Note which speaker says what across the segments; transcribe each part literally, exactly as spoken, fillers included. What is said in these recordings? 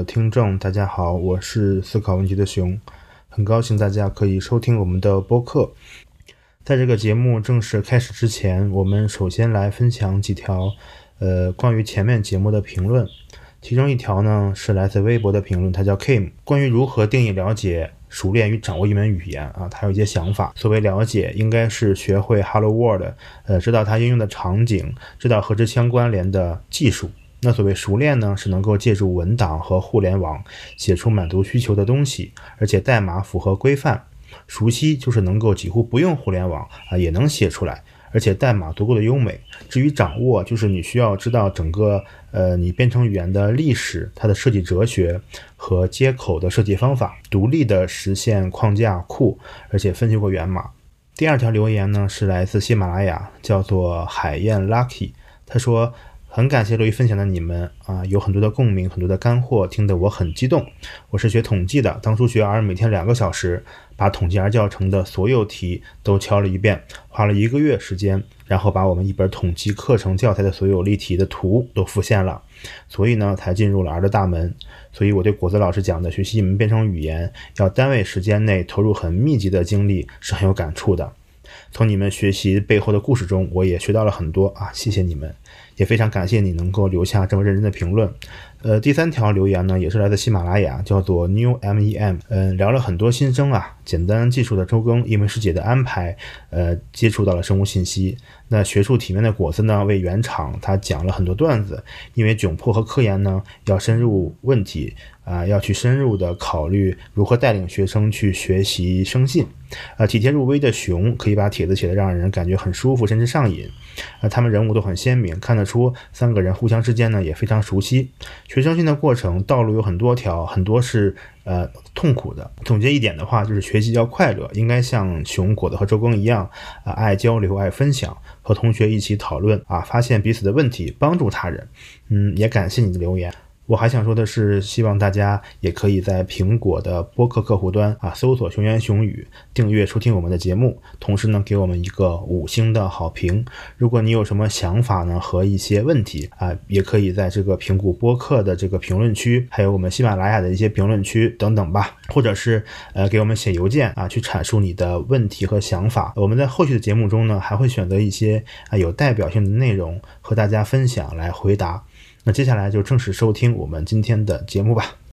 Speaker 1: 的听众，大家好，我是思考问题的熊，很高兴大家可以收听我们的播客。在这个节目正式开始之前，我们首先来分享几条呃关于前面节目的评论。其中一条呢是来自微博的评论，它叫 Kim， 关于如何定义了解、熟练与掌握一门语言啊，他有一些想法。所谓了解，应该是学会 Hello World， 呃，知道它应用的场景，知道和之相关联的技术。那所谓熟练呢，是能够借助文档和互联网写出满足需求的东西，而且代码符合规范。熟悉就是能够几乎不用互联网啊也能写出来，而且代码足够的优美。至于掌握，就是你需要知道整个呃你编程语言的历史、它的设计哲学和接口的设计方法，独立的实现框架库，而且分析过源码。第二条留言呢是来自喜马拉雅，叫做海燕 Lucky， 他说很感谢乐于分享的你们啊，有很多的共鸣，很多的干货，听得我很激动。我是学统计的，当初学 R 每天两个小时，把统计 R 教程的所有题都敲了一遍，花了一个月时间，然后把我们一本统计课程教材的所有例题的图都复现了，所以呢才进入了 R 的大门。所以我对果子老师讲的学习一门编程语言要单位时间内投入很密集的精力是很有感触的。从你们学习背后的故事中，我也学到了很多啊，谢谢你们，也非常感谢你能够留下这么认真的评论。呃，第三条留言呢，也是来自喜马拉雅，叫做 New Mem， 嗯、呃，聊了很多新生啊，简单技术的周更，因为师姐的安排，呃，接触到了生物信息。那学术体面的果子呢，为原厂他讲了很多段子，因为窘迫和科研呢，要深入问题啊、呃，要去深入的考虑如何带领学生去学习生信。呃，体贴入微的熊可以把帖子写得让人感觉很舒服，甚至上瘾。呃，他们人物都很鲜明，看得出三个人互相之间呢也非常熟悉。学生信的过程道路有很多条，很多是呃痛苦的。总结一点的话，就是学习要快乐，应该像熊、果子和周更一样啊、呃，爱交流、爱分享，和同学一起讨论啊，发现彼此的问题，帮助他人。嗯，也感谢你的留言。我还想说的是，希望大家也可以在苹果的播客客户端啊搜索熊言熊语，订阅收听我们的节目，同时呢给我们一个五星的好评。如果你有什么想法呢和一些问题啊，也可以在这个苹果播客的这个评论区，还有我们喜马拉雅的一些评论区等等吧，或者是呃给我们写邮件啊，去阐述你的问题和想法。我们在后续的节目中呢，还会选择一些啊有代表性的内容和大家分享来回答。那接下来就正式收听我们今天的节目吧。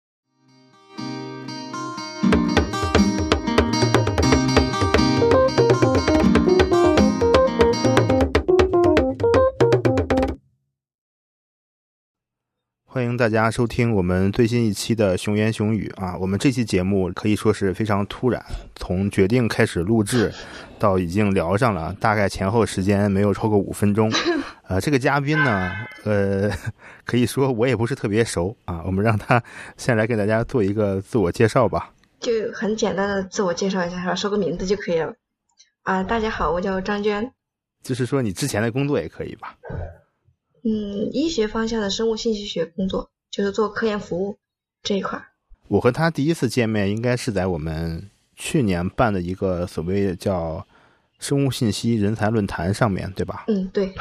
Speaker 1: 欢迎大家收听我们最新一期的熊言熊语啊！我们这期节目可以说是非常突然，从决定开始录制到已经聊上了，大概前后时间没有超过五分钟。呃，这个嘉宾呢，呃，可以说我也不是特别熟啊。我们让他先来给大家做一个自我介绍吧。
Speaker 2: 就很简单的自我介绍一下，说个名字就可以了。啊、呃，大家好，我叫张娟。
Speaker 1: 就是说你之前的工作也可以吧？
Speaker 2: 嗯，医学方向的生物信息学工作，就是做科研服务这一块。
Speaker 1: 我和他第一次见面应该是在我们去年办的一个所谓叫生物信息人才论坛上面，对吧？
Speaker 2: 嗯，对。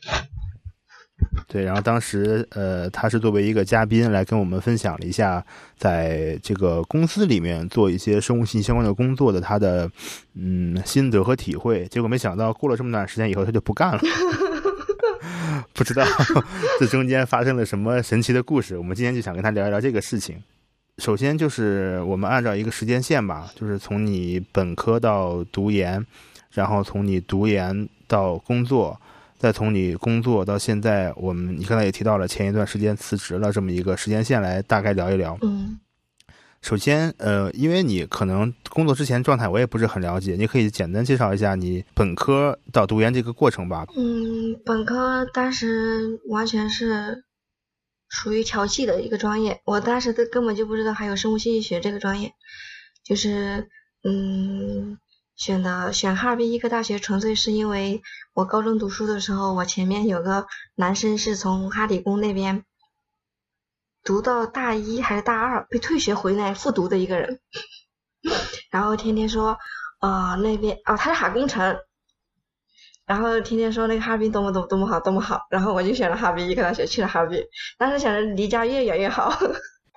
Speaker 1: 对，然后当时呃，他是作为一个嘉宾来跟我们分享了一下在这个公司里面做一些生物信息相关的工作的他的嗯心得和体会。结果没想到过了这么段时间以后他就不干了。不知道这中间发生了什么神奇的故事，我们今天就想跟他聊一聊这个事情。首先就是我们按照一个时间线吧，就是从你本科到读研，然后从你读研到工作，再从你工作到现在，我们你刚才也提到了前一段时间辞职了，这么一个时间线来大概聊一聊。
Speaker 2: 嗯，
Speaker 1: 首先呃，因为你可能工作之前状态我也不是很了解，你可以简单介绍一下你本科到读研这个过程吧。
Speaker 2: 嗯，本科当时完全是属于调剂的一个专业，我当时都根本就不知道还有生物信息学这个专业，就是嗯选的选哈尔滨医科大学纯粹是因为我高中读书的时候，我前面有个男生是从哈理工那边读到大一还是大二被退学回来复读的一个人，然后天天说啊、呃、那边啊、哦、他是哈工程，然后天天说那个哈尔滨多么多么多么好多么好，然后我就选了哈尔滨医科大学去了哈尔滨，当时想着离家越远越好。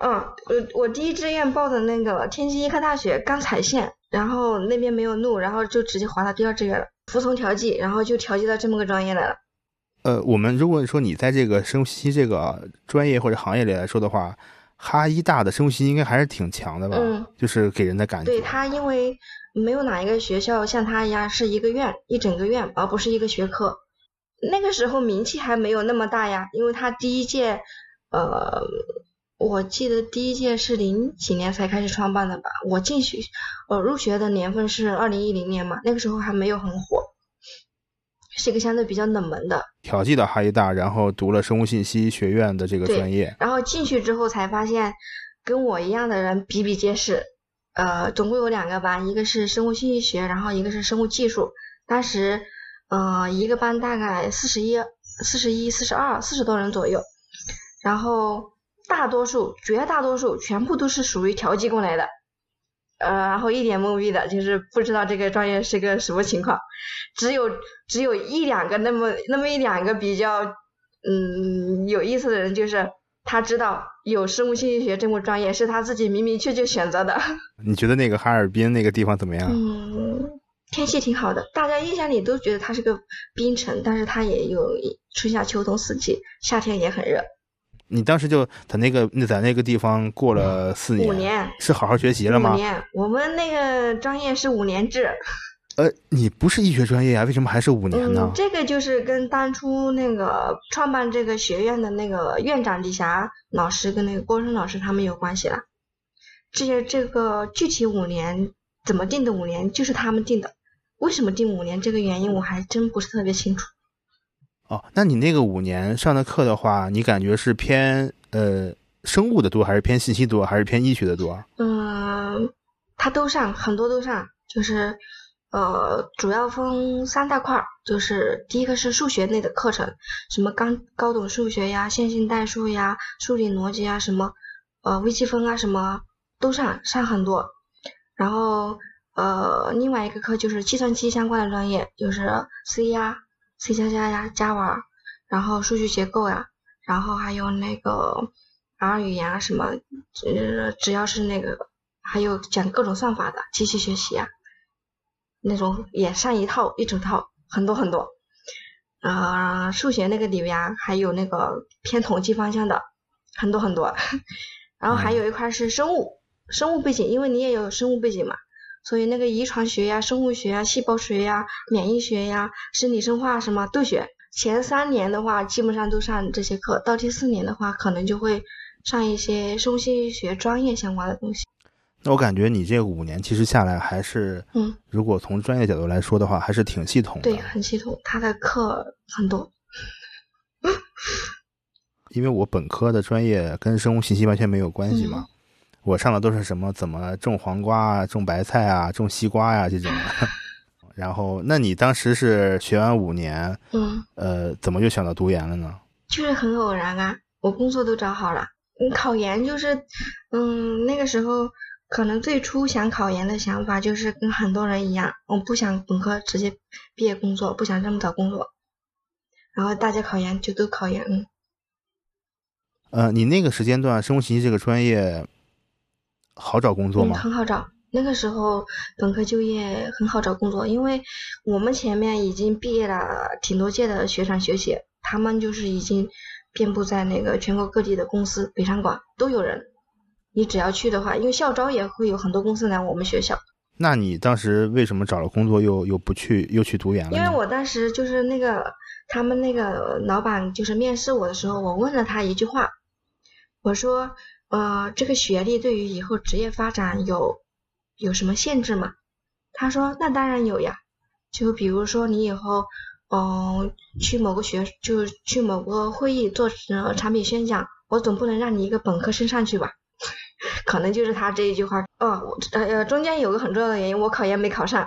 Speaker 2: 嗯，我我第一志愿报的那个天津医科大学刚踩线，然后那边没有录，然后就直接划到第二志愿了，服从调剂，然后就调剂到这么个专业来了。
Speaker 1: 呃，我们如果说你在这个生物信息这个专业或者行业里来说的话，哈医大的生物信息应该还是挺强的吧？
Speaker 2: 嗯，
Speaker 1: 就是给人的感觉。
Speaker 2: 对，它因为没有哪一个学校像它一样是一个院一整个院，而不是一个学科。那个时候名气还没有那么大呀，因为它第一届，呃，我记得第一届是零几年才开始创办的吧？我进学，我入学的年份是二零一零年嘛，那个时候还没有很火，是一个相对比较冷门的。
Speaker 1: 调剂到哈医大，然后读了生物信息学院的这个专业，
Speaker 2: 然后进去之后才发现，跟我一样的人比比皆是。呃，总共有两个班，一个是生物信息学，然后一个是生物技术。当时，呃，一个班大概四十一、四十一、四十二、四十多人左右，然后大多数、绝大多数全部都是属于调剂过来的，呃，然后一脸懵逼的，就是不知道这个专业是个什么情况，只有只有一两个那么那么一两个比较嗯有意思的人，就是他知道有生物信息学这门专业是他自己明明确确选择的。
Speaker 1: 你觉得那个哈尔滨那个地方怎么样？
Speaker 2: 嗯，天气挺好的，大家印象里都觉得它是个冰城，但是它也有春夏秋冬四季，夏天也很热。
Speaker 1: 你当时就在那个那在那个地方过了四年，
Speaker 2: 五年
Speaker 1: 是好好学习了吗？
Speaker 2: 五年，我们那个专业是五年制。
Speaker 1: 呃，你不是医学专业啊，为什么还是五年呢？
Speaker 2: 嗯，这个就是跟当初那个创办这个学院的那个院长李霞老师跟那个郭生老师他们有关系啦。这些这个具体五年怎么定的五年，就是他们定的。为什么定五年这个原因我还真不是特别清楚。
Speaker 1: 哦，那你那个五年上的课的话，你感觉是偏呃生物的多，还是偏信息多，还是偏医学的多？
Speaker 2: 嗯，他都上，很多都上，就是呃主要分三大块，就是第一个是数学类的课程，什么高高等数学呀、线性代数呀、数理逻辑啊，什么呃微积分啊，什么都上，上很多。然后呃另外一个课就是计算机相关的专业，就是 C 呀、C 加加呀、Java， 然后数据结构呀，然后还有那个 R 语言啊什么，呃只要是那个，还有讲各种算法的机器学习啊，那种也上一套一整套，很多很多。呃数学那个里边还有那个偏统计方向的，很多很多。然后还有一块是生物，生物背景，因为你也有生物背景嘛，所以那个遗传学呀、生物学呀、细胞学呀、免疫学呀、生理生化什么都学。前三年的话基本上都上这些课，到第四年的话可能就会上一些生物信息学专业相关的东西。
Speaker 1: 那我感觉你这五年其实下来还是，
Speaker 2: 嗯，
Speaker 1: 如果从专业角度来说的话，还是挺系统的。
Speaker 2: 对，很系统，他的课很多。
Speaker 1: 因为我本科的专业跟生物信息完全没有关系嘛，
Speaker 2: 嗯、
Speaker 1: 我上的都是什么怎么种黄瓜啊、种白菜啊、种西瓜呀、啊、这种的。然后，那你当时是学完五年，
Speaker 2: 嗯，
Speaker 1: 呃，怎么就想到读研了呢？
Speaker 2: 就是很偶然啊，我工作都找好了，嗯，考研就是，嗯，那个时候可能最初想考研的想法就是跟很多人一样，我不想本科直接毕业工作，不想这么早工作，然后大家考研就都考研。嗯，
Speaker 1: 呃，你那个时间段生物信息这个专业好找工作吗？
Speaker 2: 嗯，很好找。那个时候本科就业很好找工作，因为我们前面已经毕业了挺多届的学长学姐，他们就是已经遍布在那个全国各地的公司，北上广都有人。你只要去的话，因为校招也会有很多公司来我们学校。
Speaker 1: 那你当时为什么找了工作又又不去又去读研了呢？
Speaker 2: 因为我当时就是那个他们那个老板就是面试我的时候，我问了他一句话，我说呃这个学历对于以后职业发展有有什么限制吗？他说那当然有呀，就比如说你以后嗯、呃、去某个学就去某个会议做呃产品宣讲，我总不能让你一个本科生上去吧。可能就是他这一句话。哦，呃，中间有个很重要的原因，我考研没考上。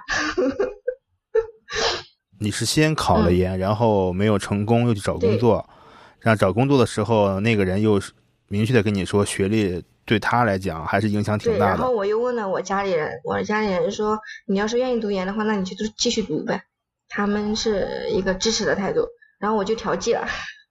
Speaker 1: 你是先考了研、嗯、然后没有成功又去找工作，然后找工作的时候那个人又明确的跟你说学历对他来讲还是影响挺大的。
Speaker 2: 对，然后我又问了我家里人，我家里人说你要是愿意读研的话，那你就继续读呗，他们是一个支持的态度，然后我就调剂了。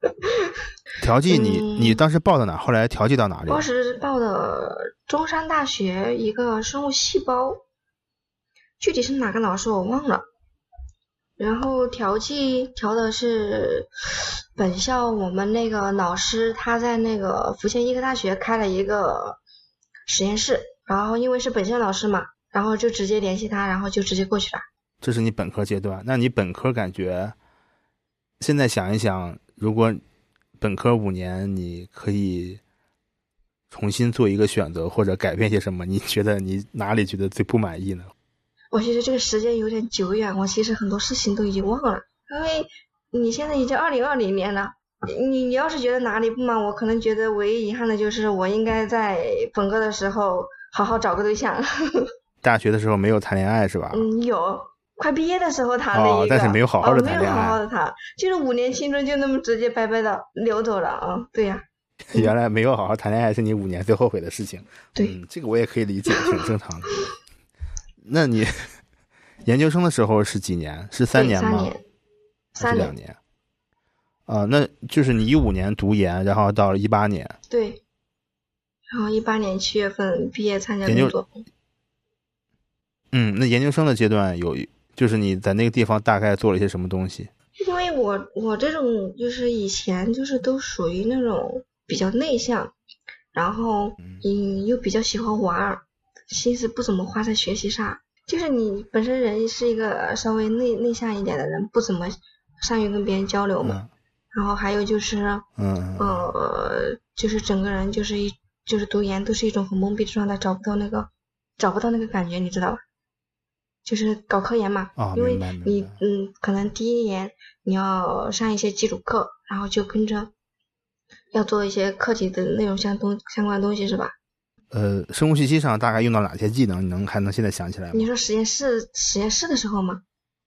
Speaker 1: 调剂你、
Speaker 2: 嗯、
Speaker 1: 你当时报的哪？后来调剂到哪里？
Speaker 2: 当时报的中山大学一个生物细胞，具体是哪个老师我忘了。然后调剂调的是本校我们那个老师，他在那个福建医科大学开了一个实验室，然后因为是本校老师嘛，然后就直接联系他，然后就直接过去了。
Speaker 1: 这是你本科阶段。那你本科感觉现在想一想，如果本科五年你可以重新做一个选择或者改变些什么，你觉得你哪里觉得最不满意呢？
Speaker 2: 我觉得这个时间有点久远，我其实很多事情都已经忘了，因为你现在已经二零二零年了，你你要是觉得哪里不满，我可能觉得唯一遗憾的就是我应该在本科的时候好好找个对象。
Speaker 1: 大学的时候没有谈恋爱是吧？
Speaker 2: 嗯，有，快毕业的时候谈了一个、
Speaker 1: 哦、但是没有好好的谈恋爱、
Speaker 2: 哦、没有好好的谈，就是五年青春就那么直接白白的流走了啊！对呀、
Speaker 1: 啊，原来没有好好谈恋爱是你五年最后悔的事情。
Speaker 2: 对、
Speaker 1: 嗯，这个我也可以理解，挺正常的。那你研究生的时候是几年？是三年吗？
Speaker 2: 三年，
Speaker 1: 还是两年？啊、呃，那就是你一五年读研，然后到了一八年。
Speaker 2: 对，然后一八年七月份毕业参加工作。
Speaker 1: 嗯，那研究生的阶段有，就是你在那个地方大概做了一些什么东西？
Speaker 2: 因为我我这种就是以前就是都属于那种比较内向，然后嗯又比较喜欢玩，心思不怎么花在学习上。就是你本身人是一个稍微内内向一点的人，不怎么善于跟别人交流嘛。嗯、然后还有就是，
Speaker 1: 嗯
Speaker 2: 呃，就是整个人就是一就是读研都是一种很懵逼的状态，找不到那个找不到那个感觉，你知道吧？就是搞科研嘛，
Speaker 1: 哦、
Speaker 2: 因为你嗯，可能第一年你要上一些基础课，然后就跟着要做一些课题的内容相东相关的东西，是吧？
Speaker 1: 呃，生物信息上大概用到哪些技能？你能还能现在想起来吗？
Speaker 2: 你说实验室实验室的时候吗？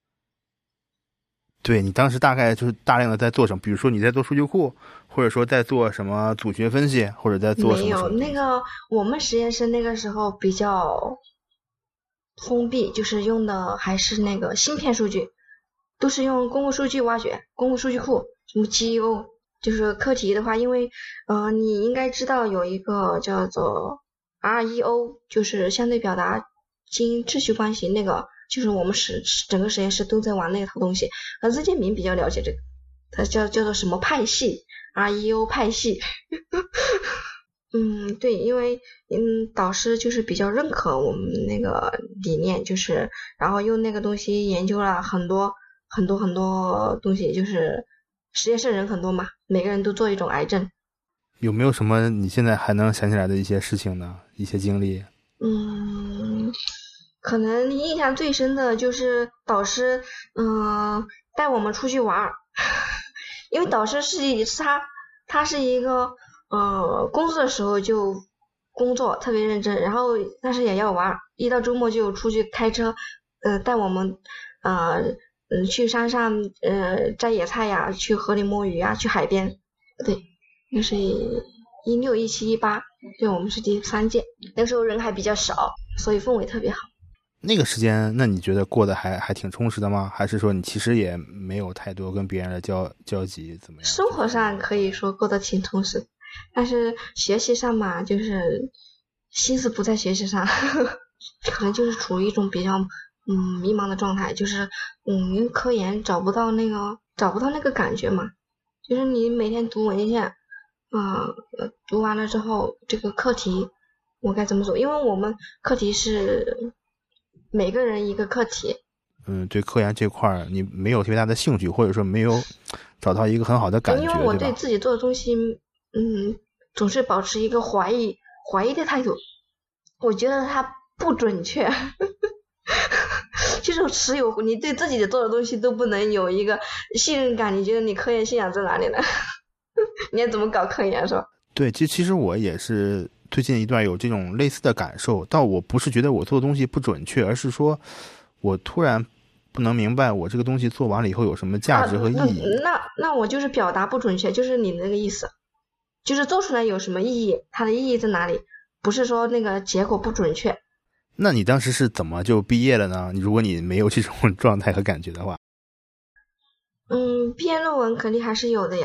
Speaker 1: 对，你当时大概就是大量的在做什么？比如说你在做数据库，或者说在做什么组学分析，或者在做什么？
Speaker 2: 没有，那个我们实验室那个时候比较封闭，就是用的还是那个芯片数据，都是用公共数据挖掘，公共数据库，什么 G E O， 就是课题的话，因为呃你应该知道有一个叫做 R E O， 就是相对表达经秩序关系，那个就是我们实整个实验室都在玩那套东西，而任建明比较了解这个，它叫叫做什么派系 R E O 派系。嗯，对，因为嗯导师就是比较认可我们那个理念，就是然后用那个东西研究了很多很多很多东西，就是实验室人很多嘛，每个人都做一种癌症。
Speaker 1: 有没有什么你现在还能想起来的一些事情呢？一些经历？
Speaker 2: 嗯，可能印象最深的就是导师嗯带我们出去玩，因为导师是他他是一个呃工作的时候就工作特别认真，然后但是也要玩，一到周末就出去开车呃带我们呃嗯去山上呃摘野菜呀，去河里摸鱼啊，去海边。对，那是一六一七一八，对，我们是第三届，那时候人还比较少，所以氛围特别好。
Speaker 1: 那个时间，那你觉得过得还还挺充实的吗？还是说你其实也没有太多跟别人的交交集，怎么样？
Speaker 2: 生活上可以说过得挺充实，但是学习上嘛，就是心思不在学习上，呵呵，可能就是处于一种比较嗯迷茫的状态，就是嗯因为科研找不到那个找不到那个感觉嘛，就是你每天读文献，啊、呃，读完了之后这个课题我该怎么做？因为我们课题是每个人一个课题。
Speaker 1: 嗯，对科研这块你没有特别大的兴趣，或者说没有找到一个很好的感觉，
Speaker 2: 因为我对自己做的东西，嗯，总是保持一个怀疑怀疑的态度，我觉得它不准确。就是持有你对自己的做的东西都不能有一个信任感，你觉得你科研信仰在哪里呢？你要怎么搞科研是吧？
Speaker 1: 对，其其实我也是最近一段有这种类似的感受，但我不是觉得我做的东西不准确，而是说我突然不能明白我这个东西做完了以后有什么价值和意义。
Speaker 2: 啊、那 那, 那我就是表达不准确，就是你那个意思，就是做出来有什么意义，它的意义在哪里，不是说那个结果不准确。
Speaker 1: 那你当时是怎么就毕业了呢？如果你没有这种状态和感觉的话。
Speaker 2: 嗯，毕业论文肯定还是有的呀，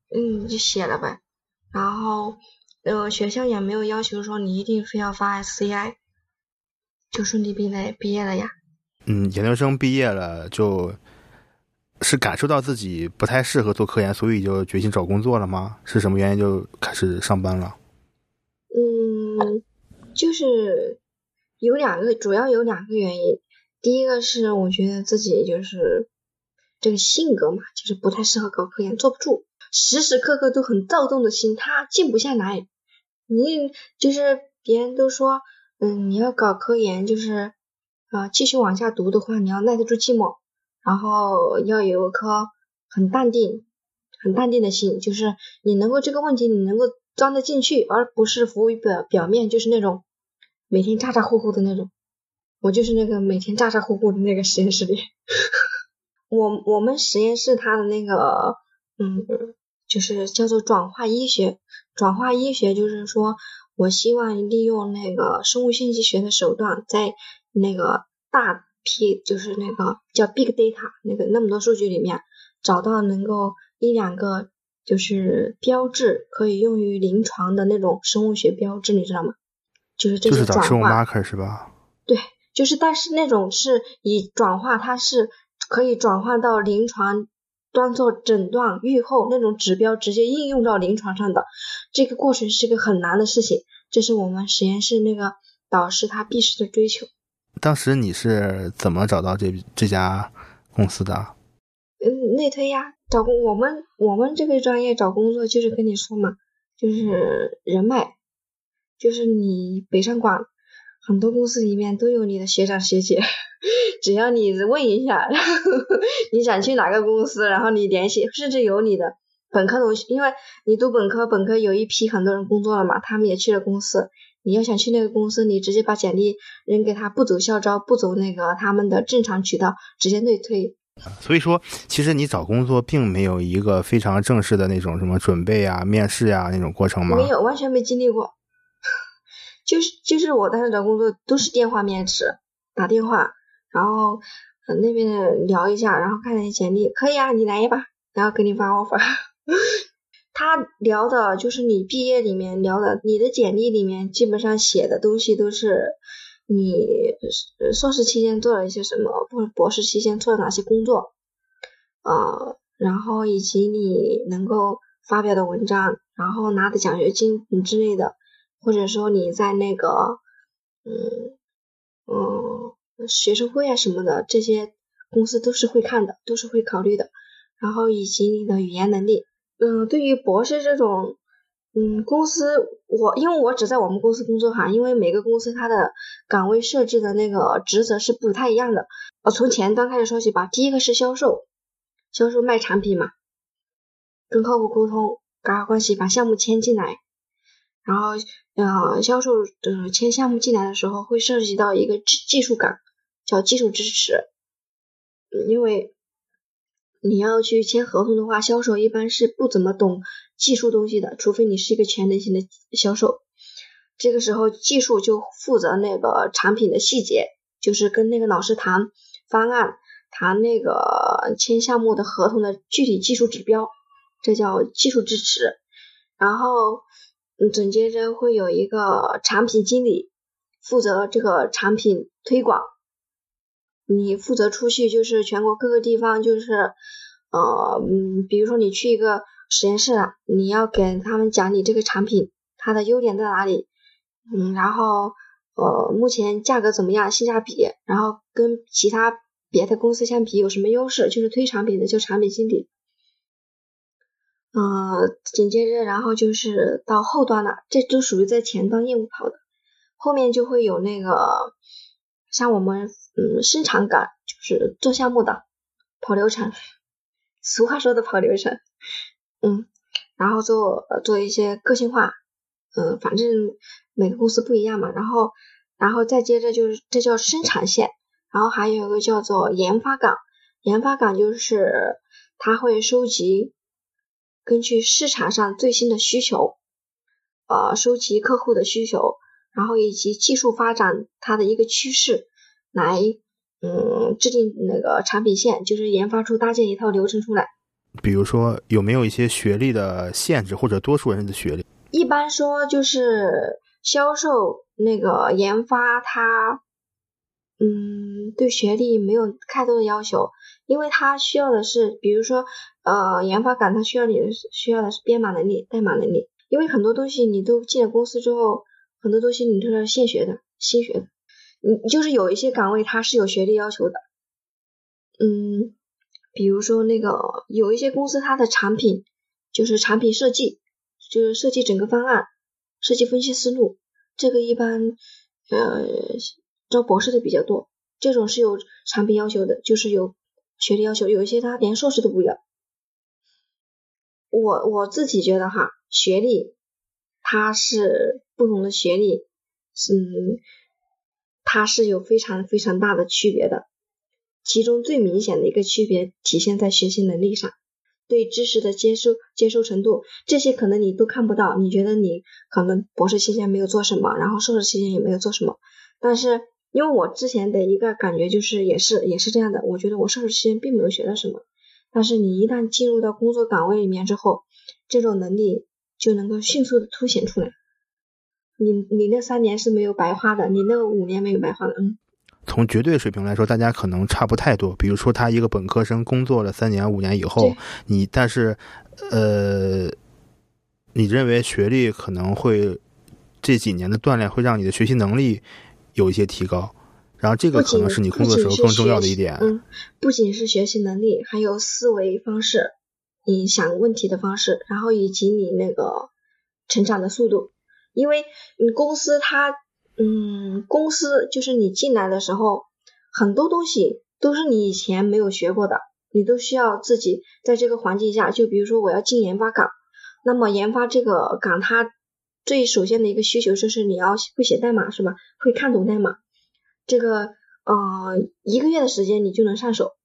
Speaker 2: 嗯，就写了呗。然后，呃，学校也没有要求说你一定非要发 S C I， 就顺利毕业毕业了呀。
Speaker 1: 嗯，研究生毕业了，就是感受到自己不太适合做科研，所以就决心找工作了吗？是什么原因就开始上班了？
Speaker 2: 嗯，就是有两个，主要有两个原因。第一个是我觉得自己就是这个性格嘛，就是不太适合搞科研，坐不住，时时刻刻都很躁动的心，他静不下来。你就是别人都说，嗯，你要搞科研，就是呃继续往下读的话，你要耐得住寂寞，然后要有一颗很淡定、很淡定的心，就是你能够这个问题你能够钻得进去，而不是浮于表表面，就是那种每天咋咋呼呼的那种。我就是那个每天咋咋呼呼的那个实验室里。我我们实验室它的那个，嗯，就是叫做转化医学。转化医学就是说，我希望利用那个生物信息学的手段，在那个大批就是那个叫 big data 那个那么多数据里面，找到能够一两个就是标志可以用于临床的那种生物学标志，你知道吗？就是这些
Speaker 1: 就是找生物
Speaker 2: 转化。
Speaker 1: marker 是吧？
Speaker 2: 对，就是但是那种是以转化，它是可以转换到临床当做诊断预后那种指标，直接应用到临床上的。这个过程是个很难的事情，这是我们实验室那个导师他必须的追求。
Speaker 1: 当时你是怎么找到这这家公司的？
Speaker 2: 嗯，内推呀，找工我们我们这个专业找工作就是跟你说嘛，就是人脉，就是你北上广很多公司里面都有你的学长学姐，只要你问一下，然后你想去哪个公司，然后你联系，甚至有你的本科同学，因为你读本科，本科有一批很多人工作了嘛，他们也去了公司，你要想去那个公司，你直接把简历扔给他，不走校招，不走那个他们的正常渠道，直接内推。
Speaker 1: 所以说，其实你找工作并没有一个非常正式的那种什么准备啊、面试啊那种过程吗？
Speaker 2: 没有，完全没经历过。就是就是我当时找工作都是电话面试，打电话，然后、呃、那边聊一下，然后看你简历，可以啊，你来吧，然后给你发 offer。他聊的就是你毕业里面聊的，你的简历里面基本上写的东西都是你硕士期间做了一些什么，或者博士期间做了哪些工作，呃，然后以及你能够发表的文章，然后拿的奖学金之类的。或者说你在那个嗯嗯学生会啊什么的，这些公司都是会看的，都是会考虑的。然后以及你的语言能力，嗯，对于博士这种，嗯，公司我因为我只在我们公司工作哈，因为每个公司它的岗位设置的那个职责是不太一样的。我从前端开始说起吧，第一个是销售，销售卖产品嘛，跟客户沟通，搞好关系，把项目签进来。然后，呃，销售呃签项目进来的时候，会涉及到一个技技术岗，叫技术支持。因为你要去签合同的话，销售一般是不怎么懂技术东西的，除非你是一个全能型的销售。这个时候，技术就负责那个产品的细节，就是跟那个老师谈方案，谈那个签项目的合同的具体技术指标，这叫技术支持。然后嗯，紧接着会有一个产品经理负责这个产品推广，你负责出去就是全国各个地方，就是呃嗯，比如说你去一个实验室了，你要给他们讲你这个产品它的优点在哪里，嗯，然后呃目前价格怎么样，性价比，然后跟其他别的公司相比有什么优势，就是推产品的就产品经理。呃，紧接着，然后就是到后端了，这都属于在前端业务跑的，后面就会有那个像我们嗯生产岗，就是做项目的，跑流程，俗话说的跑流程，嗯，然后做呃做一些个性化，嗯、呃，反正每个公司不一样嘛，然后然后再接着就是这叫生产线，然后还有一个叫做研发岗，研发岗就是它会收集。根据市场上最新的需求，呃，收集客户的需求，然后以及技术发展它的一个趋势，来，嗯，制定那个产品线，就是研发出搭建一套流程出来。
Speaker 1: 比如说有没有一些学历的限制，或者多数人的学历？
Speaker 2: 一般说就是销售那个研发它嗯对学历没有太多的要求，因为它需要的是比如说呃研发岗它需要你的需要的是编码能力代码能力，因为很多东西你都进了公司之后，很多东西你都是现学的新学的，你就是有一些岗位它是有学历要求的。嗯比如说那个有一些公司它的产品就是产品设计，就是设计整个方案，设计分析思路，这个一般呃招博士的比较多，这种是有产品要求的，就是有学历要求，有一些他连硕士都不要。我我自己觉得哈，学历它是不同的学历，嗯，它是有非常非常大的区别的。其中最明显的一个区别体现在学习能力上，对知识的接受接受程度，这些可能你都看不到，你觉得你可能博士期间没有做什么，然后硕士期间也没有做什么，但是因为我之前的一个感觉就是也是也是这样的，我觉得我硕士期间并没有学到什么，但是你一旦进入到工作岗位里面之后，这种能力就能够迅速的凸显出来，你你那三年是没有白花的，你那五年没有白花的。嗯，
Speaker 1: 从绝对水平来说，大家可能差不太多。比如说，他一个本科生工作了三年、五年以后，你但是，呃，你认为学历可能会这几年的锻炼会让你的学习能力有一些提高，然后这个可能是你工作时候更重要的一点。
Speaker 2: 嗯，不仅是学习能力，还有思维方式，你想问题的方式，然后以及你那个成长的速度。因为你公司它嗯，公司就是你进来的时候，很多东西都是你以前没有学过的，你都需要自己在这个环境下，就比如说我要进研发岗，那么研发这个岗它最首先的一个需求就是你要会写代码是吧？会看懂代码，这个呃一个月的时间你就能上手，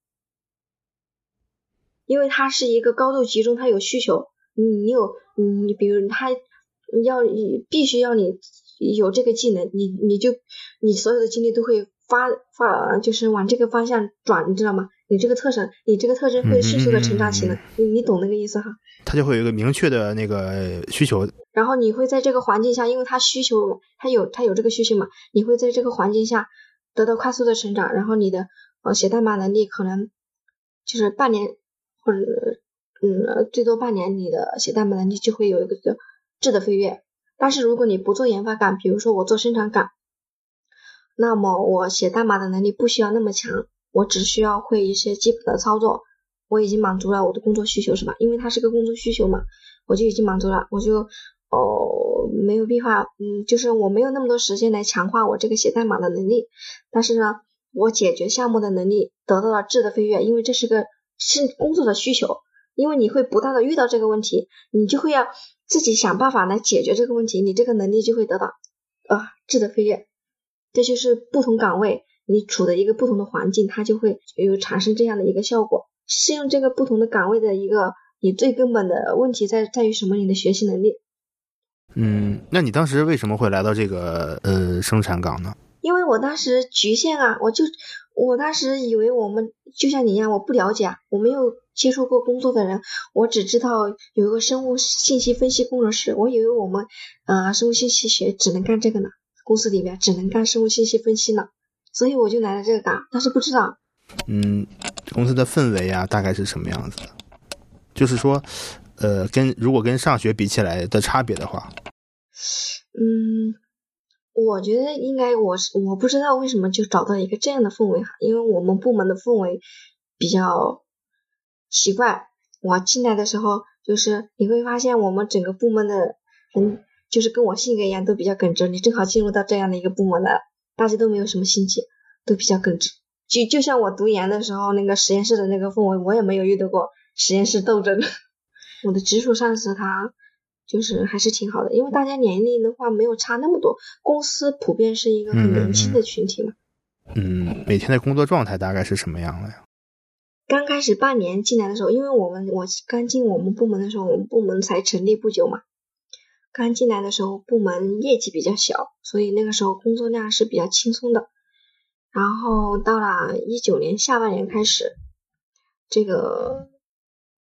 Speaker 2: 因为它是一个高度集中，它有需求，你你有你比如它要必须要你有这个技能，你你就你所有的精力都会发发就是往这个方向转，你知道吗？你这个特征，你这个特征会迅速的成长起来，嗯嗯嗯嗯你你懂那个意思哈？
Speaker 1: 它就会有一个明确的那个需求，
Speaker 2: 然后你会在这个环境下，因为它需求，它有它有这个需求嘛，你会在这个环境下得到快速的成长，然后你的呃写代码能力可能就是半年或者嗯最多半年，你的写代码能力就会有一个质的飞跃。但是如果你不做研发岗，比如说我做生产岗，那么我写代码的能力不需要那么强，我只需要会一些基本的操作，我已经满足了我的工作需求是吧？因为它是个工作需求嘛，我就已经满足了，我就哦没有必要，嗯，就是我没有那么多时间来强化我这个写代码的能力，但是呢，我解决项目的能力得到了质的飞跃，因为这是个是工作的需求，因为你会不断的遇到这个问题，你就会要自己想办法来解决这个问题，你这个能力就会得到啊质的飞跃。这就是不同岗位你处的一个不同的环境，它就会有产生这样的一个效果。适应这个不同的岗位的一个你最根本的问题在在于什么？你的学习能力。
Speaker 1: 嗯，那你当时为什么会来到这个呃生产岗呢？
Speaker 2: 因为我当时局限啊，我就我当时以为我们就像你一样，我不了解啊，我没有接触过工作的人，我只知道有一个生物信息分析工程师，我以为我们呃生物信息学只能干这个呢，公司里边只能干生物信息分析呢，所以我就来了这个岗，但是不知道。
Speaker 1: 嗯，公司的氛围啊，大概是什么样子的？就是说，呃，跟如果跟上学比起来的差别的话，
Speaker 2: 嗯，我觉得应该我是我不知道为什么就找到一个这样的氛围哈，因为我们部门的氛围比较奇怪。我进来的时候，就是你会发现我们整个部门的人，就是跟我性格一样，都比较耿直。你正好进入到这样的一个部门了，大家都没有什么心机，都比较耿直。就就像我读研的时候，那个实验室的那个氛围，我也没有遇到过实验室斗争。我的直属上司他就是还是挺好的，因为大家年龄的话没有差那么多，公司普遍是一个很年轻的群体嘛。
Speaker 1: 嗯，嗯每天的工作状态大概是什么样的呀？
Speaker 2: 刚开始半年进来的时候，因为我们我刚进我们部门的时候，我们部门才成立不久嘛，刚进来的时候部门业绩比较小，所以那个时候工作量是比较轻松的。然后到了一九年下半年开始，这个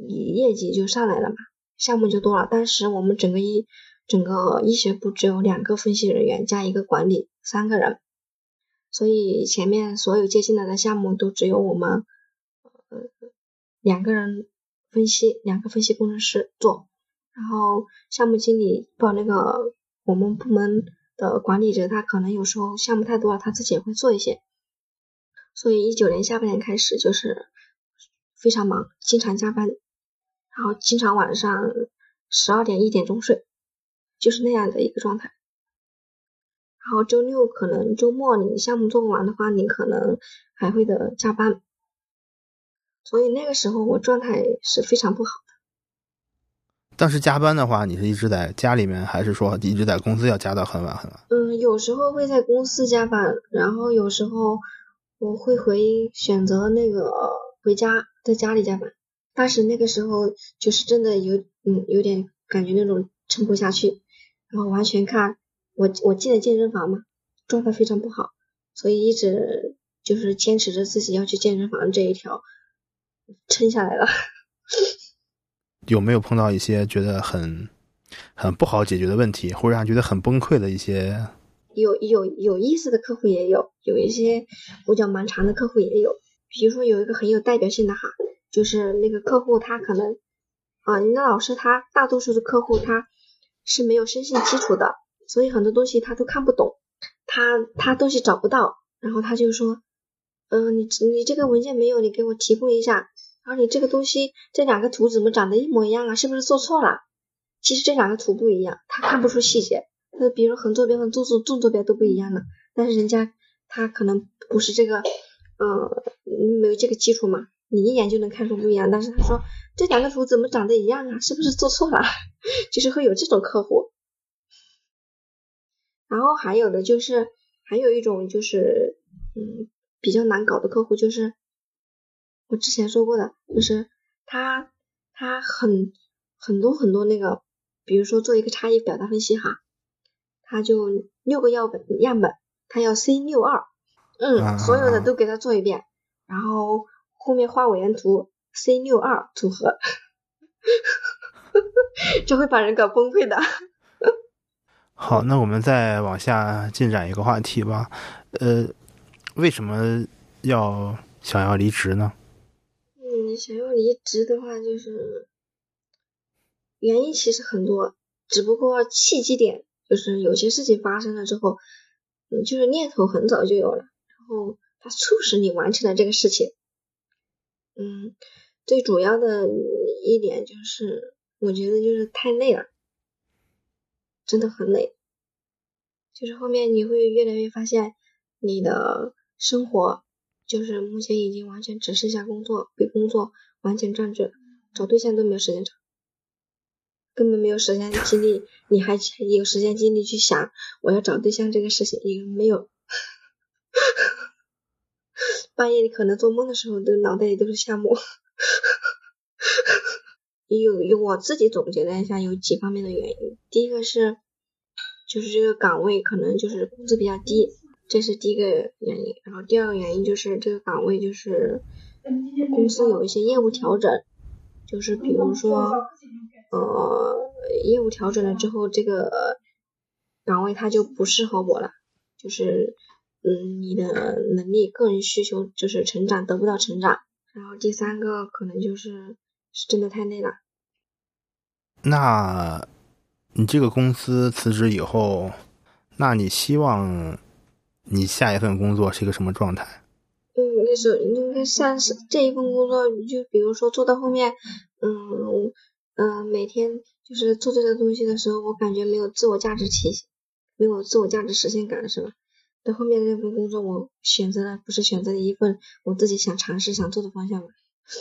Speaker 2: 业绩就上来了嘛，项目就多了。当时我们整个医整个医学部只有两个分析人员加一个管理，三个人，所以前面所有接进来的项目都只有我们呃两个人分析，两个分析工程师做，然后项目经理不那个我们部门的管理者，他可能有时候项目太多了，他自己也会做一些。所以一九年下半年开始就是非常忙，经常加班，然后经常晚上十二点一点钟睡，就是那样的一个状态。然后周六可能周末你项目做不完的话，你可能还会的加班。所以那个时候我状态是非常不好的。
Speaker 1: 当时加班的话，你是一直在家里面，还是说一直在公司要加到很晚很晚？
Speaker 2: 嗯，有时候会在公司加班，然后有时候我会回选择那个回家，在家里加班。当时那个时候就是真的有嗯有点感觉那种撑不下去，然后完全看我我进了健身房嘛，状态非常不好，所以一直就是坚持着自己要去健身房这一条，撑下来了。
Speaker 1: 有没有碰到一些觉得很很不好解决的问题，或者让觉得很崩溃的一些？
Speaker 2: 有有有意思的客户也有，有一些胡搅蛮缠的客户也有。比如说有一个很有代表性的哈，就是那个客户他可能啊，你的老师他大多数的客户他是没有生信基础的，所以很多东西他都看不懂，他他东西找不到，然后他就说，嗯、呃，你你这个文件没有，你给我提供一下。然后你这个东西这两个图怎么长得一模一样啊？是不是做错了？其实这两个图不一样，他看不出细节。那比如横坐标和纵坐纵坐标都不一样的，但是人家他可能不是这个，呃，没有这个基础嘛，你一眼就能看出不一样。但是他说这两个图怎么长得一样啊？是不是做错了？就是会有这种客户。然后还有的就是还有一种就是嗯比较难搞的客户，就是我之前说过的，就是他他很很多很多那个，比如说做一个差异表达分析哈，他就六个样本样本，他要 C 六二，嗯，所有的都给他做一遍，然后后面画尾纹图 C 六二组合，这会把人搞崩溃的。
Speaker 1: 好，那我们再往下进展一个话题吧。呃，为什么要想要离职呢？
Speaker 2: 嗯，想要离职的话，就是原因其实很多，只不过契机点就是有些事情发生了之后，嗯，就是念头很早就有了，然后它促使你完成了这个事情。嗯，最主要的一点就是，我觉得就是太累了，真的很累。就是后面你会越来越发现，你的生活就是目前已经完全只剩下工作，被工作完全占据了，找对象都没有时间找。根本没有时间精力，你还有时间精力去想我要找对象这个事情，也没有。半夜你可能做梦的时候都脑袋里都是项目。有有我自己总结了一下，有几方面的原因。第一个是就是这个岗位可能就是工资比较低，这是第一个原因。然后第二个原因就是这个岗位就是公司有一些业务调整，就是比如说呃业务调整了之后，这个岗位它就不适合我了，就是嗯你的能力个人需求就是成长得不到成长。然后第三个可能就是是真的太累了。
Speaker 1: 那你这个公司辞职以后，那你希望你下一份工作是一个什么状态？
Speaker 2: 嗯，那时候应该像是这一份工作，就比如说做到后面，嗯嗯、呃，每天就是做这个东西的时候，我感觉没有自我价值体现，没有自我价值实现感，是吧？到后面那份工作，我选择了不是选择了一份我自己想尝试想做的方向嘛，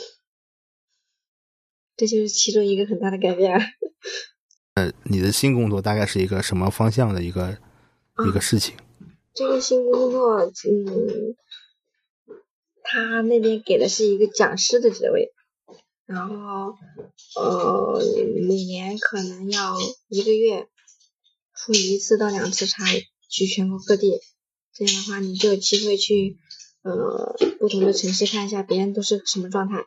Speaker 2: 这就是其中一个很大的改变。
Speaker 1: 呃，你的新工作大概是一个什么方向的一个、啊、一个事情？
Speaker 2: 这个新工作，嗯，他那边给的是一个讲师的职位，然后呃，每年可能要一个月出一次到两次差，去全国各地，这样的话你就有机会去呃不同的城市看一下别人都是什么状态，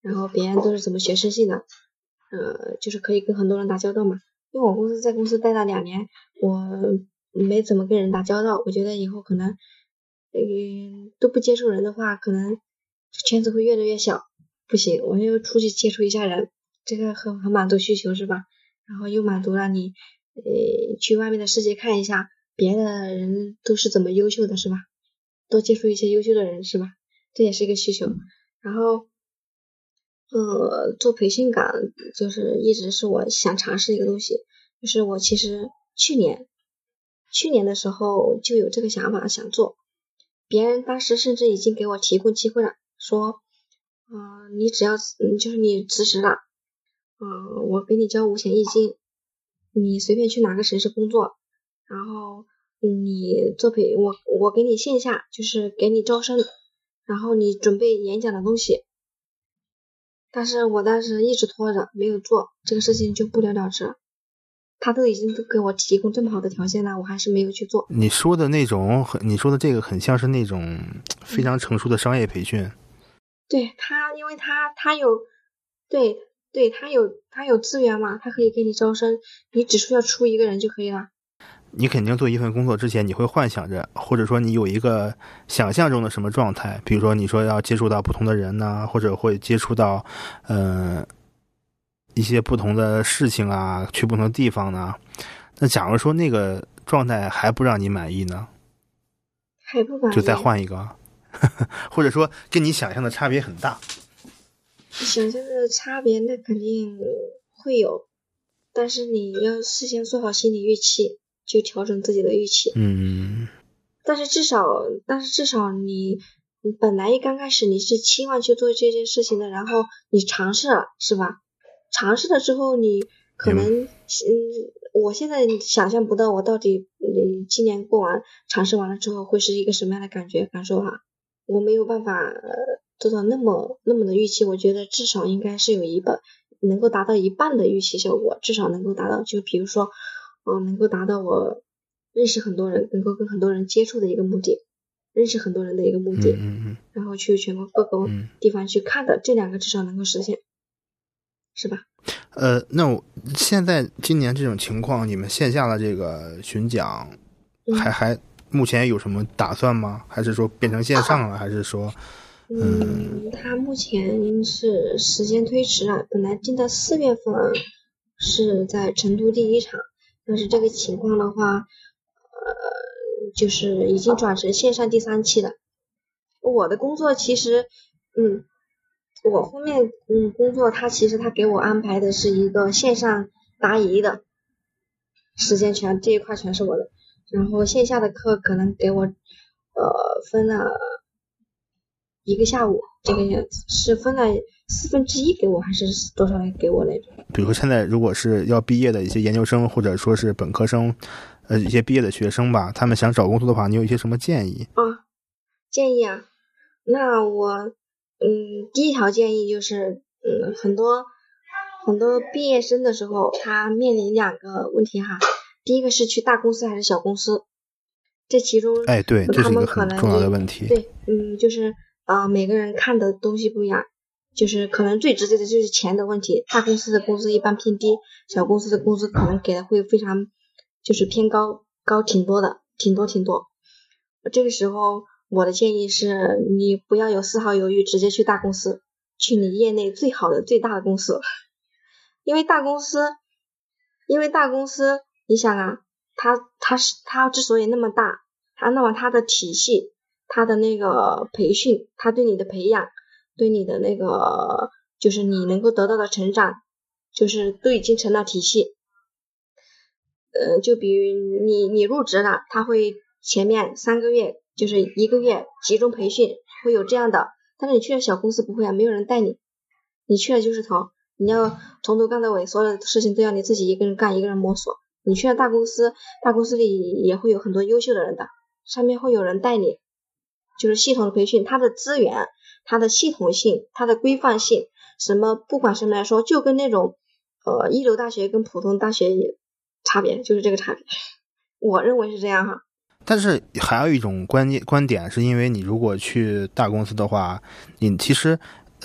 Speaker 2: 然后别人都是怎么学生性的，呃，就是可以跟很多人打交道嘛。因为我公司在公司待了两年，我没怎么跟人打交道，我觉得以后可能，嗯，都不接触人的话，可能圈子会越来越小，不行，我要出去接触一下人，这个很很满足需求是吧？然后又满足了你，呃，去外面的世界看一下别的人都是怎么优秀的是吧？多接触一些优秀的人是吧？这也是一个需求。然后，呃，做培训岗就是一直是我想尝试一个东西，就是我其实去年，去年的时候就有这个想法想做，别人当时甚至已经给我提供机会了，说，嗯、呃，你只要嗯就是你辞职了，嗯、呃，我给你交五险一金，你随便去哪个城市工作，然后你做培我我给你线下就是给你招生，然后你准备演讲的东西。但是我当时一直拖着没有做，这个事情就不了了之了。他都已经给我提供这么好的条件了，我还是没有去做。
Speaker 1: 你说的那种很，你说的这个很像是那种非常成熟的商业培训。嗯、
Speaker 2: 对他，因为他他有，对对，他有他有资源嘛，他可以给你招生，你只需要出一个人就可以了。
Speaker 1: 你肯定做一份工作之前，你会幻想着，或者说你有一个想象中的什么状态，比如说你说要接触到不同的人呐、啊，或者会接触到呃一些不同的事情啊，去不同的地方呢。那假如说那个状态还不让你满意呢？
Speaker 2: 还不满意，
Speaker 1: 就再换一个，或者说跟你想象的差别很大。
Speaker 2: 想象的差别那肯定会有，但是你要事先做好心理预期。就调整自己的预期，
Speaker 1: 嗯，
Speaker 2: 但是至少，但是至少你，你本来一刚开始你是期望去做这件事情的，然后你尝试了，是吧？尝试了之后，你可能，嗯，我现在想象不到我到底，嗯，今年过完尝试完了之后会是一个什么样的感觉感受哈，我没有办法做到那么那么的预期，我觉得至少应该是有一半能够达到一半的预期效果，至少能够达到，就比如说。嗯，能够达到我认识很多人，能够跟很多人接触的一个目的，认识很多人的一个目的，
Speaker 1: 嗯嗯嗯，
Speaker 2: 然后去全国各个地方去看的，嗯、这两个至少能够实现，是吧？
Speaker 1: 呃，那我现在今年这种情况，你们线下的这个巡讲，还、嗯、还目前有什么打算吗？还是说变成线上了？啊、还是说，
Speaker 2: 嗯，嗯它目前是时间推迟了，本来定到四月份。是在成都第一场，但是这个情况的话，呃，就是已经转成线上第三期了。我的工作其实，嗯，我后面嗯工作，他其实他给我安排的是一个线上答疑的时间全这一块全是我的，然后线下的课可能给我呃分了一个下午，这个样子是分了四分之一给我还是多少来给我来着？
Speaker 1: 比如说现在如果是要毕业的一些研究生或者说是本科生，呃，一些毕业的学生吧，他们想找工作的话，你有一些什么建议？
Speaker 2: 啊，建议啊，那我嗯，第一条建议就是，嗯，很多很多毕业生的时候，他面临两个问题哈，第一个是去大公司还是小公司，这其中，
Speaker 1: 哎，对，这是一个很重要的问题。
Speaker 2: 对，嗯，就是啊、呃，每个人看的东西不一样。就是可能最直接的就是钱的问题，大公司的工资一般偏低，小公司的工资可能给的会非常就是偏高，高挺多的，挺多挺多。这个时候我的建议是你不要有丝毫犹豫，直接去大公司，去你业内最好的最大的公司。因为大公司因为大公司你想啊，它它是它之所以那么大，它那么它的体系，它的那个培训，它对你的培养，对你的那个就是你能够得到的成长，就是都已经成了体系。呃，就比如你你入职了，他会前面三个月就是一个月集中培训，会有这样的。但是你去了小公司不会啊，没有人带你，你去了就是头，你要从头干到尾，所有的事情都要你自己一个人干，一个人摸索。你去了大公司，大公司里也会有很多优秀的人的，上面会有人带你，就是系统的培训，它的资源，它的系统性，它的规范性，什么不管什么来说，就跟那种呃一流大学跟普通大学差别，就是这个差别，我认为是这样哈。
Speaker 1: 但是还有一种观念观点，是因为你如果去大公司的话，你其实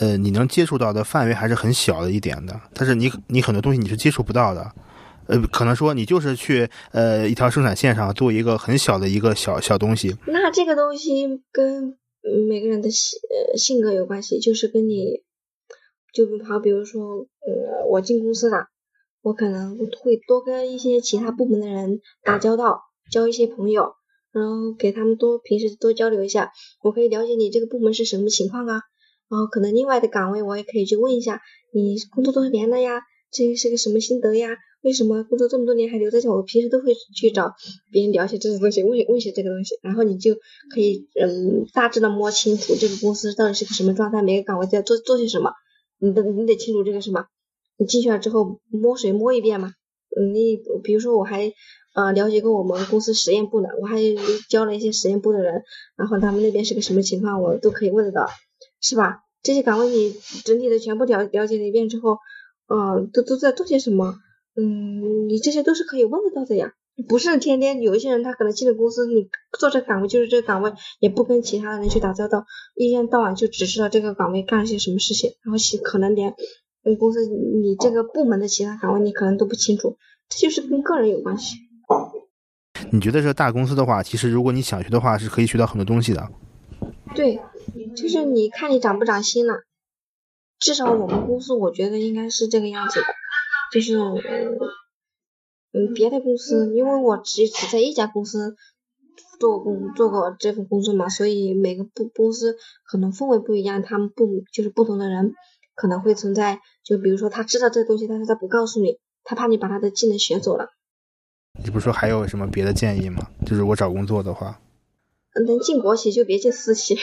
Speaker 1: 呃，你能接触到的范围还是很小的一点的，但是你你很多东西你是接触不到的。呃，可能说你就是去呃一条生产线上做一个很小的一个小小东西。
Speaker 2: 那这个东西跟每个人的性呃性格有关系，就是跟你，就好比如说，呃，我进公司了，我可能会多跟一些其他部门的人打交道，交一些朋友，然后给他们多平时多交流一下，我可以了解你这个部门是什么情况啊，然后可能另外的岗位我也可以去问一下，你工作多少年了呀？这是个什么心得呀？为什么工作这么多年还留在这？我平时都会去找别人了解这些东西，问问些这个东西，然后你就可以嗯大致的摸清楚这个公司到底是个什么状态，每个岗位在做做些什么，你得你得清楚这个什么。你进去了之后摸水摸一遍嘛，嗯，你比如说我还呃了解过我们公司实验部的，我还教了一些实验部的人，然后他们那边是个什么情况，我都可以问得到，是吧？这些岗位你整体的全部了了解了一遍之后，呃，都都在做些什么？嗯，你这些都是可以问得到的呀。不是天天有一些人他可能进了公司，你做这个岗位就是这个岗位，也不跟其他的人去打交道，一天到晚就只知道这个岗位干了些什么事情，然后可能连跟公司你这个部门的其他岗位你可能都不清楚，这就是跟个人有关系。
Speaker 1: 你觉得这大公司的话，其实如果你想学的话，是可以学到很多东西的。
Speaker 2: 对，就是你看你长不长心了。至少我们公司我觉得应该是这个样子的，就是嗯别的公司，因为我只只在一家公司做工做过这份工作嘛，所以每个部公司可能氛围不一样，他们不就是不同的人可能会存在，就比如说他知道这个东西，但是他不告诉你，他怕你把他的技能学走了。
Speaker 1: 你不是说还有什么别的建议吗？就是我找工作的话，
Speaker 2: 能进国企就别进私企。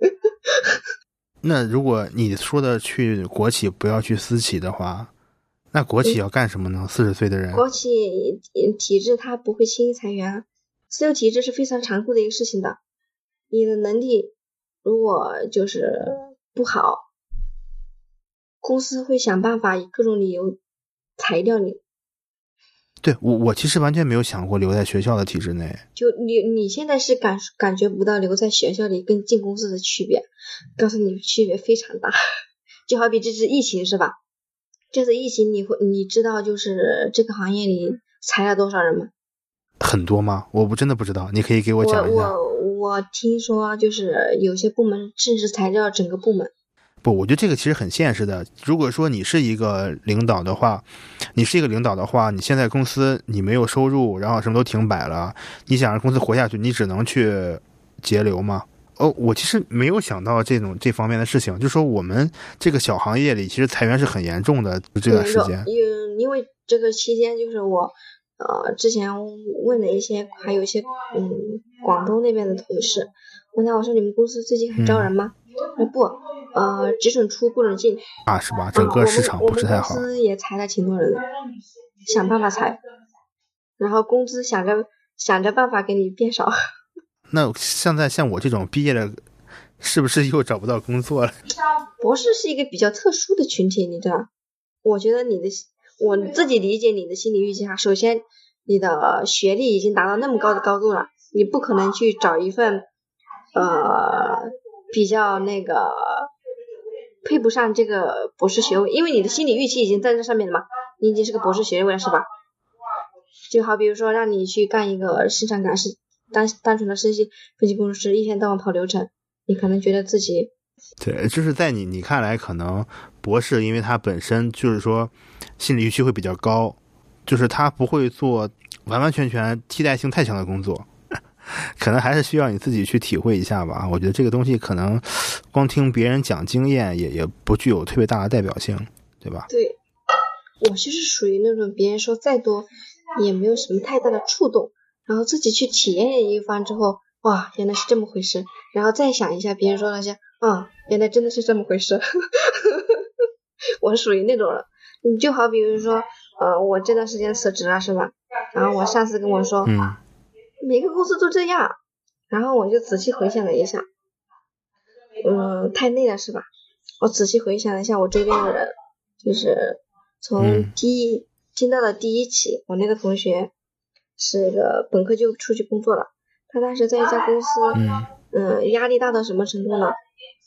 Speaker 1: 那如果你说的去国企不要去私企的话，那国企要干什么呢？四十岁的人，
Speaker 2: 国企体制它不会轻易裁员，私有体制是非常残酷的一个事情的。你的能力如果就是不好，公司会想办法以各种理由裁掉你。
Speaker 1: 对，我我其实完全没有想过留在学校的体制内。
Speaker 2: 就你你现在是感感觉不到留在学校里跟进公司的区别，告诉你区别非常大。就好比这次疫情是吧？这次疫情你会你知道就是这个行业里裁了多少人吗？
Speaker 1: 很多吗？我不真的不知道，你可以给我讲一下。
Speaker 2: 我我我听说就是有些部门甚至裁掉整个部门。
Speaker 1: 不，我觉得这个其实很现实的。如果说你是一个领导的话，你是一个领导的话，你现在公司你没有收入，然后什么都停摆了，你想让公司活下去，你只能去节流吗？哦，我其实没有想到这种这方面的事情，就是说我们这个小行业里，其实裁员是很严重的这段时间。
Speaker 2: 因因为这个期间，就是我呃之前问了一些，还有一些嗯广东那边的同事，问他我说你们公司最近还招人吗？他、嗯、不，呃只准出不准进
Speaker 1: 啊，是吧？整个市场不是太好。
Speaker 2: 嗯、我们公司也裁了挺多人的，想办法裁，然后工资想着想着办法给你变少。
Speaker 1: 那现在像我这种毕业了，是不是又找不到工作了？
Speaker 2: 博士是一个比较特殊的群体，你知道？我觉得你的，我自己理解你的心理预期哈。首先，你的学历已经达到那么高的高度了，你不可能去找一份，呃，比较那个配不上这个博士学位，因为你的心理预期已经在这上面了嘛，你已经是个博士学位了，是吧？就好比如说让你去干一个生产感是单单纯的分析分析工程师，一天到晚跑流程，你可能觉得自己。
Speaker 1: 对，就是在你你看来，可能博士因为他本身就是说心理预期会比较高，就是他不会做完完全全替代性太强的工作，可能还是需要你自己去体会一下吧。我觉得这个东西可能光听别人讲经验也也不具有特别大的代表性，对吧？
Speaker 2: 对，我就是属于那种别人说再多也没有什么太大的触动，然后自己去体验一番之后，哇，原来是这么回事，然后再想一下别人说那些，啊，原来真的是这么回事。我是属于那种人，你就好比如说，呃，我这段时间辞职了是吧？然后我上司跟我说，
Speaker 1: 嗯，
Speaker 2: 每个公司都这样，然后我就仔细回想了一下，嗯，太累了是吧？我仔细回想了一下我周边的人，就是从第一、嗯、听到的第一起，我那个同学是个本科就出去工作了，他当时在一家公司，嗯，呃、压力大到什么程度呢？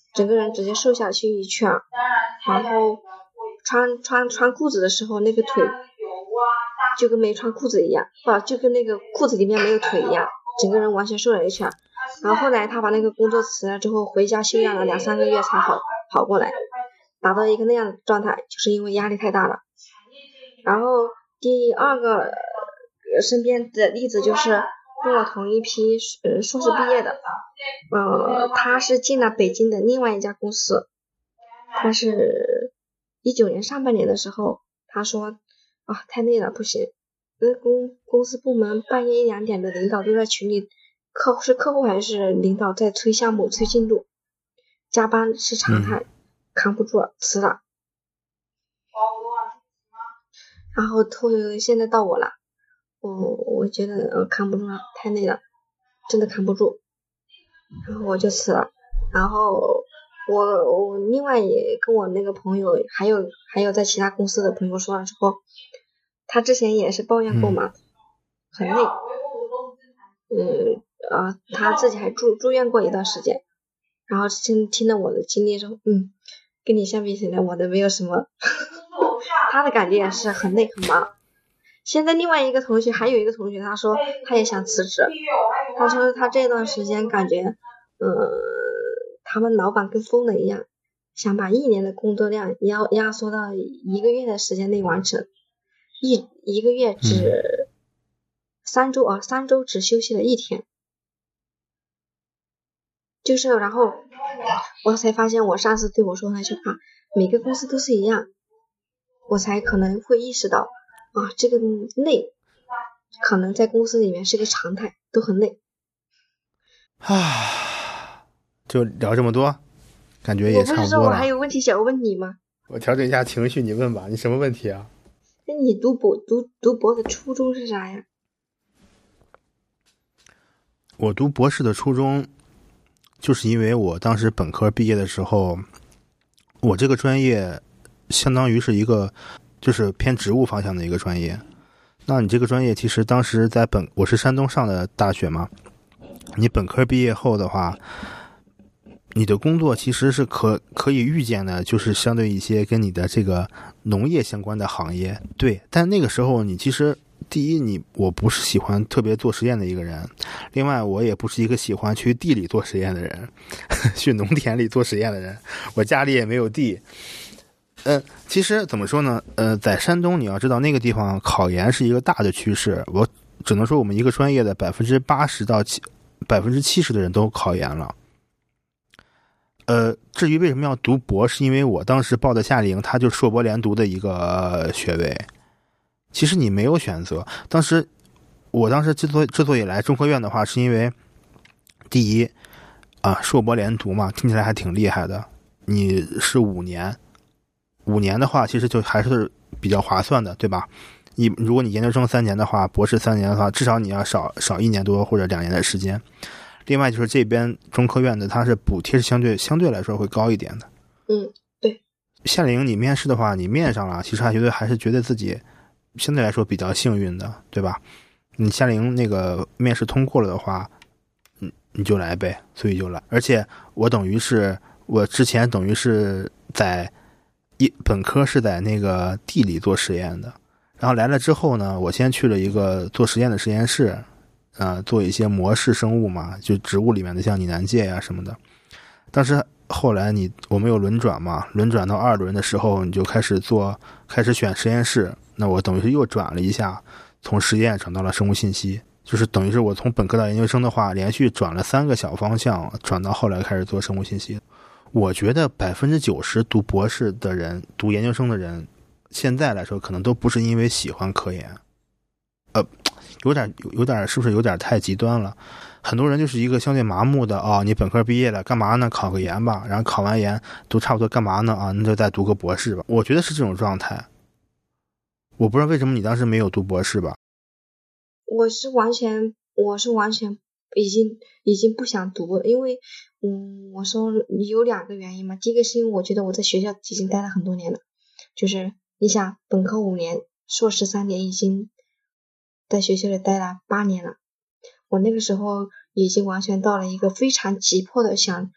Speaker 2: 整个人直接瘦下去一圈，然后穿穿穿裤子的时候，那个腿就跟没穿裤子一样，不就跟那个裤子里面没有腿一样，整个人完全瘦了一圈。然后后来他把那个工作辞了之后，回家休养了两三个月才好好过来，达到一个那样的状态，就是因为压力太大了。然后第二个、呃、身边的例子就是跟我同一批呃硕士毕业的，呃，他是进了北京的另外一家公司，他是一九年上半年的时候，他说啊太累了不行，那公公司部门半夜一两点的领导都在群里，客户是客户还是领导在催项目催进度，加班是常态，嗯、扛不住了辞了。然后后现在到我了，我我觉得呃扛不住了，太累了，真的扛不住，然后我就辞了。然后我我另外也跟我那个朋友，还有还有在其他公司的朋友说了之后，他之前也是抱怨过嘛，嗯、很累，嗯呃他自己还住住院过一段时间，然后听听了我的经历说，嗯，跟你相比起来，我的没有什么。他的感觉也是很累很忙。现在另外一个同学，还有一个同学，他说他也想辞职，他说他这段时间感觉，呃，他们老板跟疯了一样，想把一年的工作量压压缩到一个月的时间内完成，一一个月只三周啊，三周只休息了一天，就是然后我才发现我上次对我说那句话，每个公司都是一样。我才可能会意识到啊，这个累可能在公司里面是个常态，都很累
Speaker 1: 啊。就聊这么多，感觉也差不多了。
Speaker 2: 我不是说我还有问题想要问你吗？
Speaker 1: 我调整一下情绪，你问吧，你什么问题啊？
Speaker 2: 那你读博读读博的初衷是啥呀？
Speaker 1: 我读博士的初衷就是因为我当时本科毕业的时候，我这个专业相当于是一个就是偏植物方向的一个专业。那你这个专业其实当时在本我是山东上的大学嘛，你本科毕业后的话，你的工作其实是可可以预见的，就是相对一些跟你的这个农业相关的行业。对，但那个时候你其实第一，你我不是喜欢特别做实验的一个人，另外我也不是一个喜欢去地里做实验的人，去农田里做实验的人，我家里也没有地。呃，其实怎么说呢？呃，在山东，你要知道那个地方考研是一个大的趋势。我只能说，我们一个专业的百分之八十到七百分之七十的人都考研了。呃，至于为什么要读博，是因为我当时报的夏令营，它就是硕博连读的一个学位。其实你没有选择。当时，我当时之所之所以来中科院的话，是因为第一啊，硕博连读嘛，听起来还挺厉害的。你是五年。五年的话，其实就还是比较划算的，对吧？你如果你研究生三年的话，博士三年的话，至少你要少少一年多或者两年的时间。另外就是这边中科院的，它是补贴是相对相对来说会高一点的。
Speaker 2: 嗯，对。
Speaker 1: 夏令营你面试的话，你面上了，其实还觉得还是觉得自己相对来说比较幸运的，对吧？你夏令营那个面试通过了的话，嗯，你就来呗，所以就来。而且我等于是我之前等于是在。一本科是在那个地里做实验的，然后来了之后呢，我先去了一个做实验的实验室，呃，做一些模式生物嘛，就植物里面的像拟南芥呀什么的。但是后来你我们有轮转嘛，轮转到二轮的时候，你就开始做，开始选实验室。那我等于是又转了一下，从实验转到了生物信息，就是等于是我从本科到研究生的话，连续转了三个小方向，转到后来开始做生物信息。我觉得百分之九十读博士的人、读研究生的人，现在来说可能都不是因为喜欢科研，呃，有点有点是不是有点太极端了？很多人就是一个相对麻木的哦，你本科毕业了干嘛呢？考个研吧，然后考完研都差不多干嘛呢？啊，那就再读个博士吧。我觉得是这种状态。我不知道为什么你当时没有读博士吧？
Speaker 2: 我是完全，我是完全已经已经不想读了，因为。嗯，我说有两个原因嘛。第一个是因为我觉得我在学校已经待了很多年了，就是你想本科五年，硕士三年，已经在学校里待了八年了。我那个时候已经完全到了一个非常急迫的想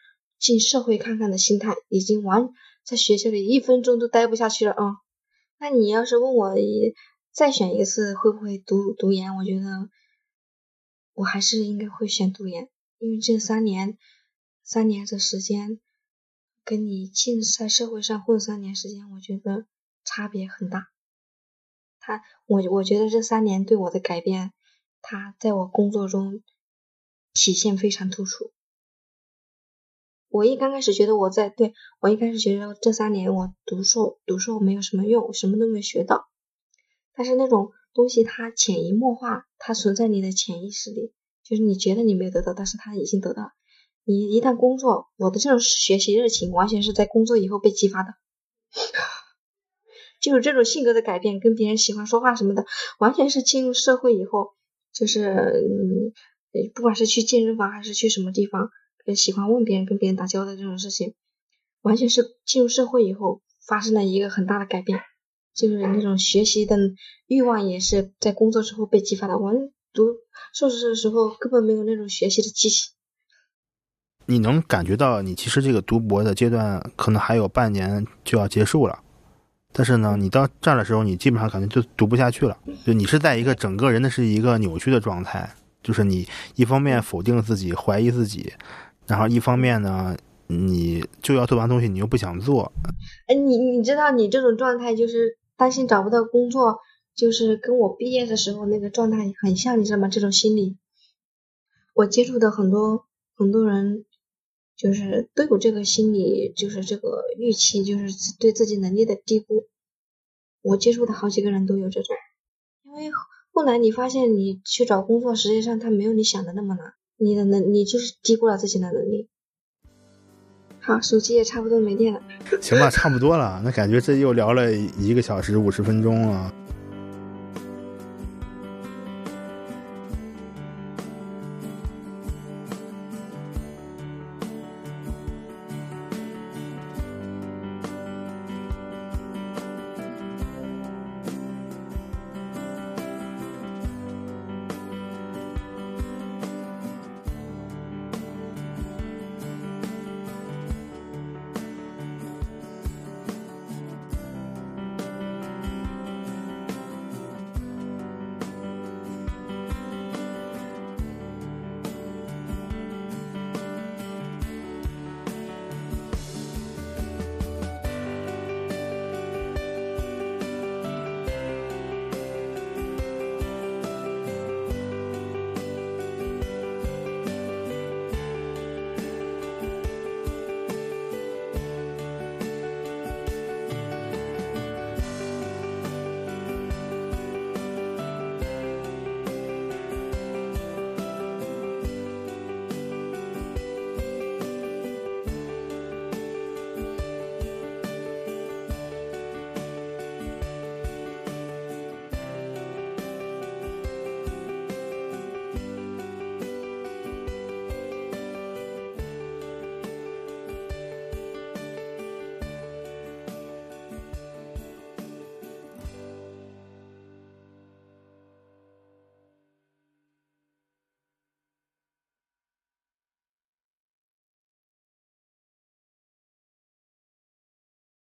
Speaker 2: 进社会看看的心态，已经完在学校里一分钟都待不下去了啊、嗯。那你要是问我再选一次会不会读读研，我觉得我还是应该会选读研，因为这三年三年的时间跟你进在社会上混三年时间，我觉得差别很大。他我我觉得这三年对我的改变，他在我工作中体现非常突出。我一刚开始觉得我在对我一开始觉得这三年我读硕读硕没有什么用，什么都没学到。但是那种东西它潜移默化，它存在你的潜意识里，就是你觉得你没有得到，但是它已经得到。你一旦工作，我的这种学习热情完全是在工作以后被激发的。就是这种性格的改变，跟别人喜欢说话什么的，完全是进入社会以后，就是嗯，不管是去健身房还是去什么地方，喜欢问别人跟别人打交道这种事情，完全是进入社会以后发生了一个很大的改变。就是那种学习的欲望也是在工作之后被激发的。我们读硕士的时候根本没有那种学习的激情。
Speaker 1: 你能感觉到你其实这个读博的阶段可能还有半年就要结束了，但是呢你到这儿的时候你基本上感觉就读不下去了，就你是在一个整个人的是一个扭曲的状态，就是你一方面否定自己怀疑自己，然后一方面呢你就要做完东西你又不想做。
Speaker 2: 哎，你你知道你这种状态就是担心找不到工作，就是跟我毕业的时候那个状态很像，你知道吗？这种心理我接触的很多很多人就是都有这个心理，就是这个预期，就是对自己能力的低估。我接触的好几个人都有这种，因为后来你发现你去找工作，实际上它没有你想的那么难，你的能你就是低估了自己的能力。好，手机也差不多没电了。
Speaker 1: 行吧，差不多了，那感觉这又聊了一个小时五十分钟了。